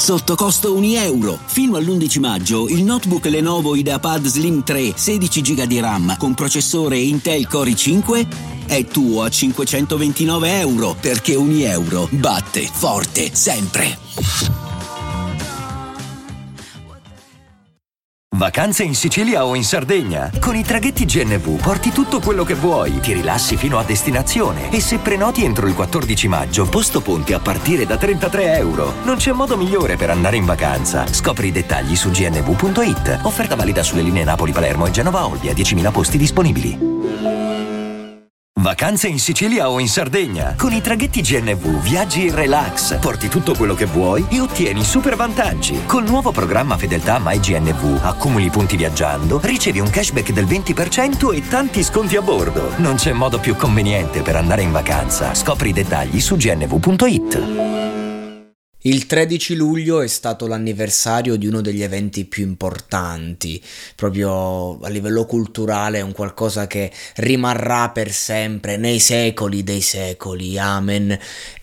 sotto costo €1. Fino all'11 maggio il notebook Lenovo IdeaPad Slim 3 16 GB di RAM con processore Intel Core i5 è tuo a €529, perché €1 batte forte sempre. Vacanze in Sicilia o in Sardegna. Con i traghetti GNV porti tutto quello che vuoi, ti rilassi fino a destinazione e se prenoti entro il 14 maggio, posto ponti a partire da €33. Non c'è modo migliore per andare in vacanza. Scopri i dettagli su gnv.it. Offerta valida sulle linee Napoli-Palermo e Genova-Olbia, 10.000 posti disponibili. Vacanze in Sicilia o in Sardegna. Con i traghetti GNV viaggi in relax, porti tutto quello che vuoi e ottieni super vantaggi. Col nuovo programma Fedeltà MyGNV accumuli punti viaggiando, ricevi un cashback del 20% e tanti sconti a bordo. Non c'è modo più conveniente per andare in vacanza. Scopri i dettagli su gnv.it. Il 13 luglio è stato l'anniversario di uno degli eventi più importanti, proprio a livello culturale, è un qualcosa che rimarrà per sempre nei secoli dei secoli, amen.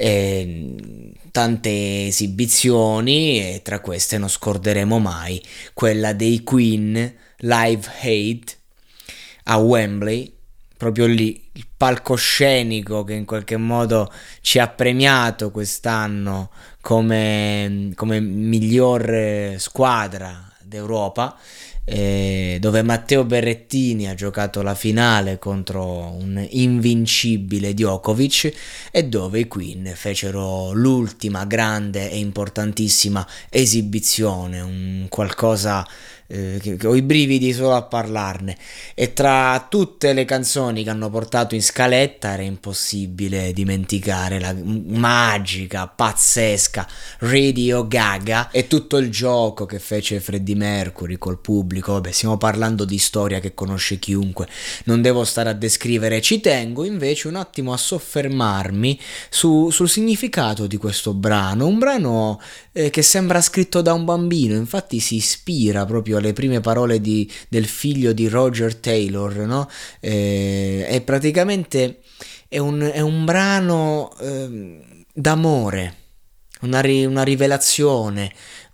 Tante esibizioni e tra queste non scorderemo mai quella dei Queen Live Aid a Wembley, proprio lì, il palcoscenico che in qualche modo ci ha premiato quest'anno come miglior squadra d'Europa, dove Matteo Berrettini ha giocato la finale contro un invincibile Djokovic e dove i Queen fecero l'ultima grande e importantissima esibizione, un qualcosa che ho i brividi solo a parlarne. E tra tutte le canzoni che hanno portato in scaletta era impossibile dimenticare la magica, pazzesca Radio Gaga e tutto il gioco che fece Freddie Mercury col pubblico. Vabbè, stiamo parlando di storia che conosce chiunque, non devo stare a descrivere. Ci tengo invece un attimo a soffermarmi sul significato di questo brano, un brano che sembra scritto da un bambino, infatti si ispira proprio alle prime parole del figlio di Roger Taylor, no? E praticamente è un brano d'amore, una rivelazione,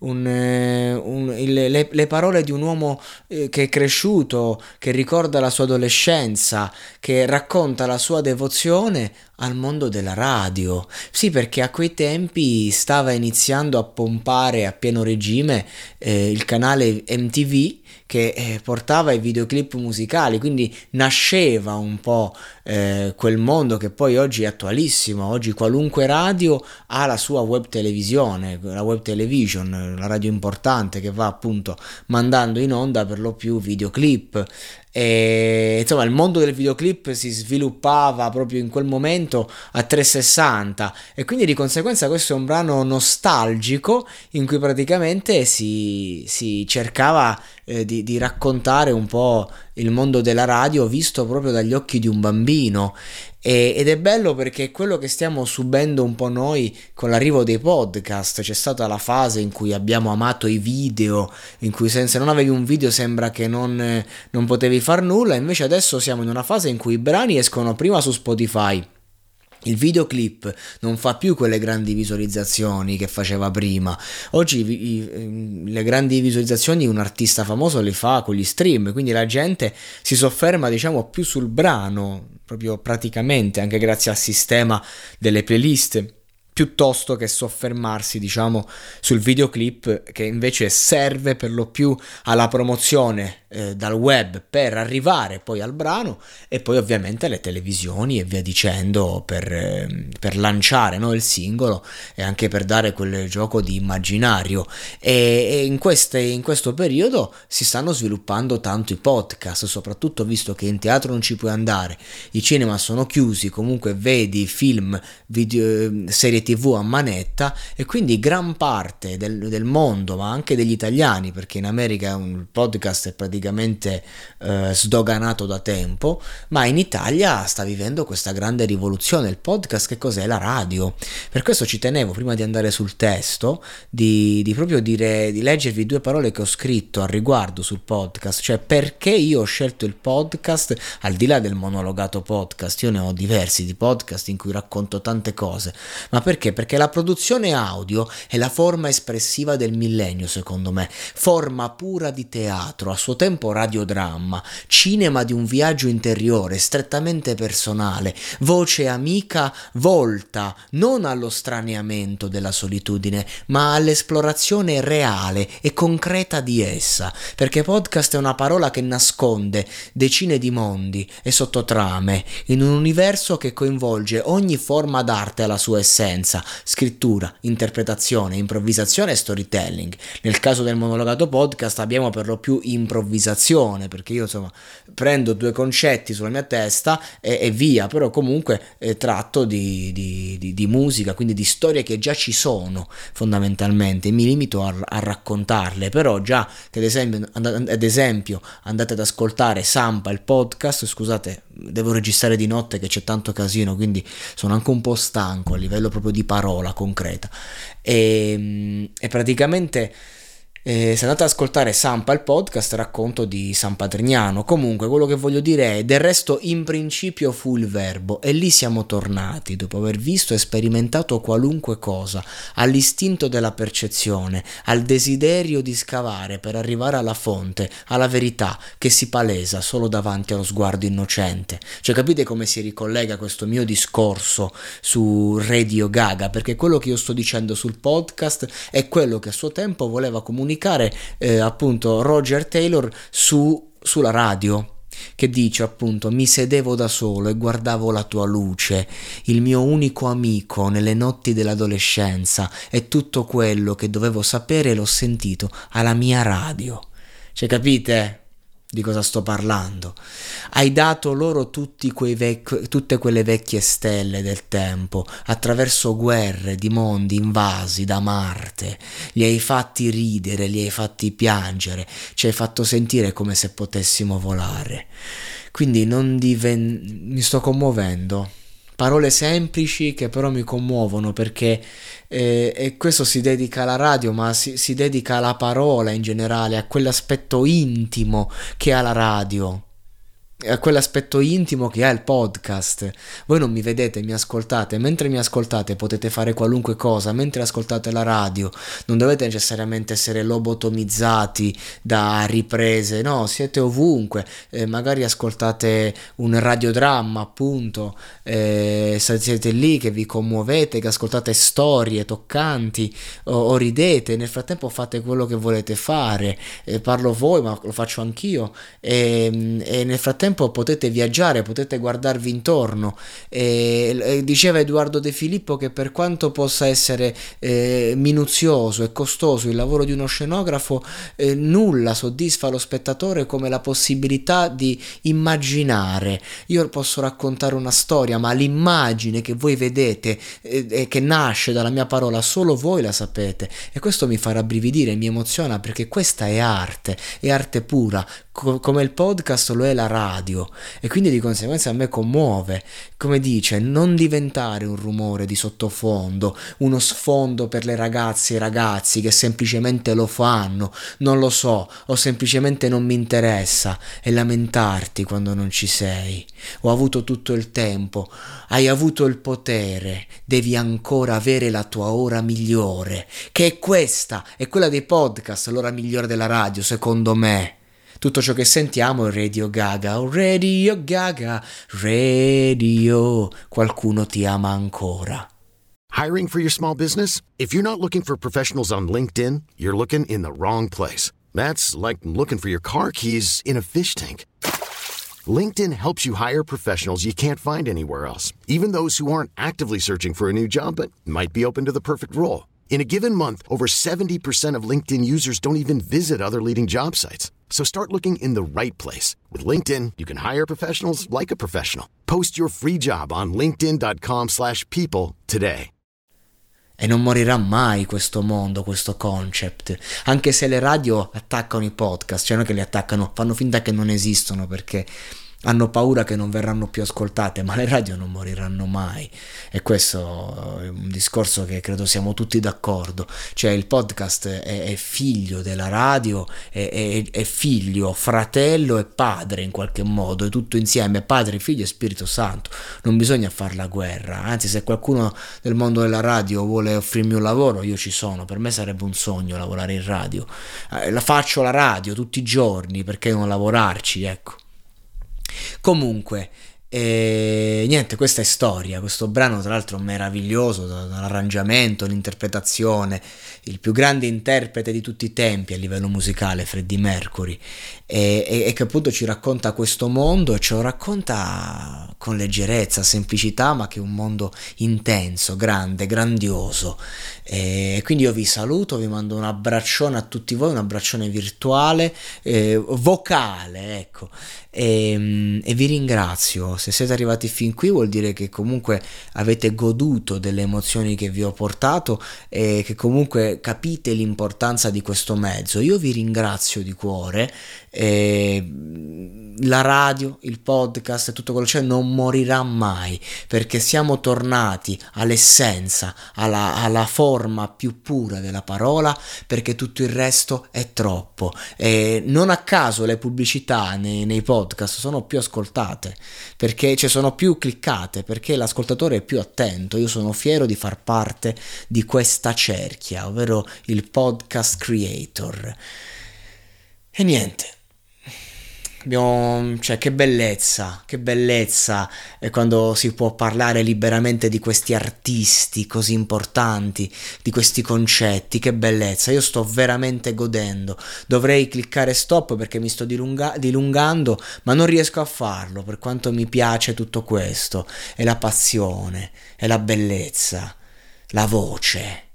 le parole di un uomo che è cresciuto, che ricorda la sua adolescenza, che racconta la sua devozione al mondo della radio. Sì, perché a quei tempi stava iniziando a pompare a pieno regime il canale MTV che portava i videoclip musicali, quindi nasceva un po' quel mondo che poi oggi è attualissimo. Oggi qualunque radio ha la sua web televisione, la web television, la radio importante che va appunto mandando in onda per lo più videoclip. E insomma il mondo del videoclip si sviluppava proprio in quel momento a 360 e quindi di conseguenza questo è un brano nostalgico in cui praticamente si cercava di raccontare un po' il mondo della radio visto proprio dagli occhi di un bambino. Ed è bello perché è quello che stiamo subendo un po' noi con l'arrivo dei podcast. C'è stata la fase in cui abbiamo amato i video, in cui se non avevi un video sembra che non potevi far nulla, invece adesso siamo in una fase in cui i brani escono prima su Spotify. Il videoclip non fa più quelle grandi visualizzazioni che faceva prima. Oggi le grandi visualizzazioni un artista famoso le fa con gli stream, quindi la gente si sofferma diciamo più sul brano, proprio praticamente, anche grazie al sistema delle playlist, piuttosto che soffermarsi diciamo sul videoclip che invece serve per lo più alla promozione dal web per arrivare poi al brano e poi ovviamente alle televisioni e via dicendo per lanciare, no, il singolo e anche per dare quel gioco di immaginario e in questo periodo si stanno sviluppando tanto i podcast, soprattutto visto che in teatro non ci puoi andare, i cinema sono chiusi, comunque vedi film, video, serie TV a manetta e quindi gran parte del mondo ma anche degli italiani, perché in America il podcast è praticamente sdoganato da tempo, ma in Italia sta vivendo questa grande rivoluzione. Il podcast che cos'è? La radio. Per questo ci tenevo prima di andare sul testo di proprio di leggervi due parole che ho scritto al riguardo sul podcast, cioè perché io ho scelto il podcast al di là del monologato podcast. Io ne ho diversi di podcast in cui racconto tante cose, ma Perché? Perché la produzione audio è la forma espressiva del millennio, secondo me, forma pura di teatro, a suo tempo radiodramma, cinema di un viaggio interiore strettamente personale, voce amica volta non allo straniamento della solitudine, ma all'esplorazione reale e concreta di essa, perché podcast è una parola che nasconde decine di mondi e sottotrame in un universo che coinvolge ogni forma d'arte alla sua essenza: scrittura, interpretazione, improvvisazione e storytelling. Nel caso del monologato podcast abbiamo per lo più improvvisazione, perché io insomma prendo due concetti sulla mia testa e via, però comunque tratto di musica, quindi di storie che già ci sono fondamentalmente, mi limito a raccontarle. Però già che ad esempio andate ad ascoltare Sampa, il podcast, scusate, devo registrare di notte che c'è tanto casino, quindi sono anche un po' stanco a livello proprio di parola concreta, e praticamente se andate ad ascoltare Sampa, il podcast, racconto di San Patrignano. Comunque quello che voglio dire è: del resto in principio fu il verbo, e lì siamo tornati dopo aver visto e sperimentato qualunque cosa, all'istinto della percezione, al desiderio di scavare per arrivare alla fonte, alla verità che si palesa solo davanti allo sguardo innocente. Cioè, capite come si ricollega questo mio discorso su Radio Gaga? Perché quello che io sto dicendo sul podcast è quello che a suo tempo voleva comunicare appunto Roger Taylor sulla radio, che dice appunto: mi sedevo da solo e guardavo la tua luce, il mio unico amico nelle notti dell'adolescenza, e tutto quello che dovevo sapere l'ho sentito alla mia radio. Cioè, capite di cosa sto parlando? Hai dato loro tutte quelle vecchie stelle del tempo, attraverso guerre di mondi invasi da Marte. Li hai fatti ridere, li hai fatti piangere, ci hai fatto sentire come se potessimo volare. Quindi mi sto commuovendo. Parole semplici che però mi commuovono, perché e questo si dedica alla radio, ma si dedica alla parola in generale, a quell'aspetto intimo che ha la radio, a quell'aspetto intimo che ha il podcast. Voi non mi vedete, mi ascoltate. Mentre mi ascoltate potete fare qualunque cosa. Mentre ascoltate la radio non dovete necessariamente essere lobotomizzati da riprese, no, siete ovunque. Magari ascoltate un radiodramma, appunto, siete lì che vi commuovete, che ascoltate storie toccanti, o ridete. Nel frattempo fate quello che volete fare. Parlo voi, ma lo faccio anch'io, e nel frattempo potete viaggiare, potete guardarvi intorno. Diceva Edoardo De Filippo che per quanto possa essere minuzioso e costoso il lavoro di uno scenografo, nulla soddisfa lo spettatore come la possibilità di immaginare. Io posso raccontare una storia, ma l'immagine che voi vedete e che nasce dalla mia parola solo voi la sapete, e questo mi fa rabbrividire, mi emoziona, perché questa è arte pura, come il podcast lo è la radio, e quindi di conseguenza a me commuove. Come dice, non diventare un rumore di sottofondo, uno sfondo per le ragazze e i ragazzi che semplicemente lo fanno, non lo so, o semplicemente non mi interessa, e lamentarti quando non ci sei. Ho avuto tutto il tempo, hai avuto il potere, devi ancora avere la tua ora migliore, che è questa, è quella dei podcast, l'ora migliore della radio, secondo me. Tutto ciò che sentiamo è Radio Gaga, oh Radio Gaga, radio, qualcuno ti ama ancora. Hiring for your small business? If you're not looking for professionals on LinkedIn, you're looking in the wrong place. That's like looking for your car keys in a fish tank. LinkedIn helps you hire professionals you can't find anywhere else, even those who aren't actively searching for a new job but might be open to the perfect role. In a given month, over 70% of LinkedIn users don't even visit other leading job sites. So start looking in the right place. With LinkedIn, you can hire professionals like a professional. Post your free job on linkedin.com/people today. E non morirà mai questo mondo, questo concept, anche se le radio attaccano i podcast, cioè non che li attaccano, fanno finta che non esistono, perché hanno paura che non verranno più ascoltate, ma le radio non moriranno mai, e questo è un discorso che credo siamo tutti d'accordo. Cioè il podcast è figlio della radio, è figlio, fratello e padre in qualche modo, è tutto insieme, Padre, Figlio e Spirito Santo. Non bisogna far la guerra, anzi, se qualcuno del mondo della radio vuole offrirmi un lavoro, io ci sono. Per me sarebbe un sogno lavorare in radio, faccio la radio tutti i giorni, perché non lavorarci, ecco. Comunque, niente, questa è storia. Questo brano tra l'altro meraviglioso, dall'arrangiamento, l'interpretazione, il più grande interprete di tutti i tempi a livello musicale, Freddie Mercury, e che appunto ci racconta questo mondo, e ce lo racconta con leggerezza, semplicità, ma che è un mondo intenso, grande, grandioso. E quindi io vi saluto, vi mando un abbraccione a tutti voi, un abbraccione virtuale, vocale, ecco, e vi ringrazio. Se siete arrivati fin qui vuol dire che comunque avete goduto delle emozioni che vi ho portato, e che comunque capite l'importanza di questo mezzo. Io vi ringrazio di cuore. La radio, il podcast e tutto quello che c'è non morirà mai, perché siamo tornati all'essenza, alla forma più pura della parola, perché tutto il resto è troppo. Non a caso le pubblicità nei podcast sono più ascoltate, perché sono più cliccate, perché l'ascoltatore è più attento. Io sono fiero di far parte di questa cerchia, ovvero il podcast creator. E niente, che bellezza è quando si può parlare liberamente di questi artisti così importanti, di questi concetti. Che bellezza, io sto veramente godendo. Dovrei cliccare stop perché mi sto dilungando, ma non riesco a farlo, per quanto mi piace tutto questo, e la passione, e la bellezza, la voce.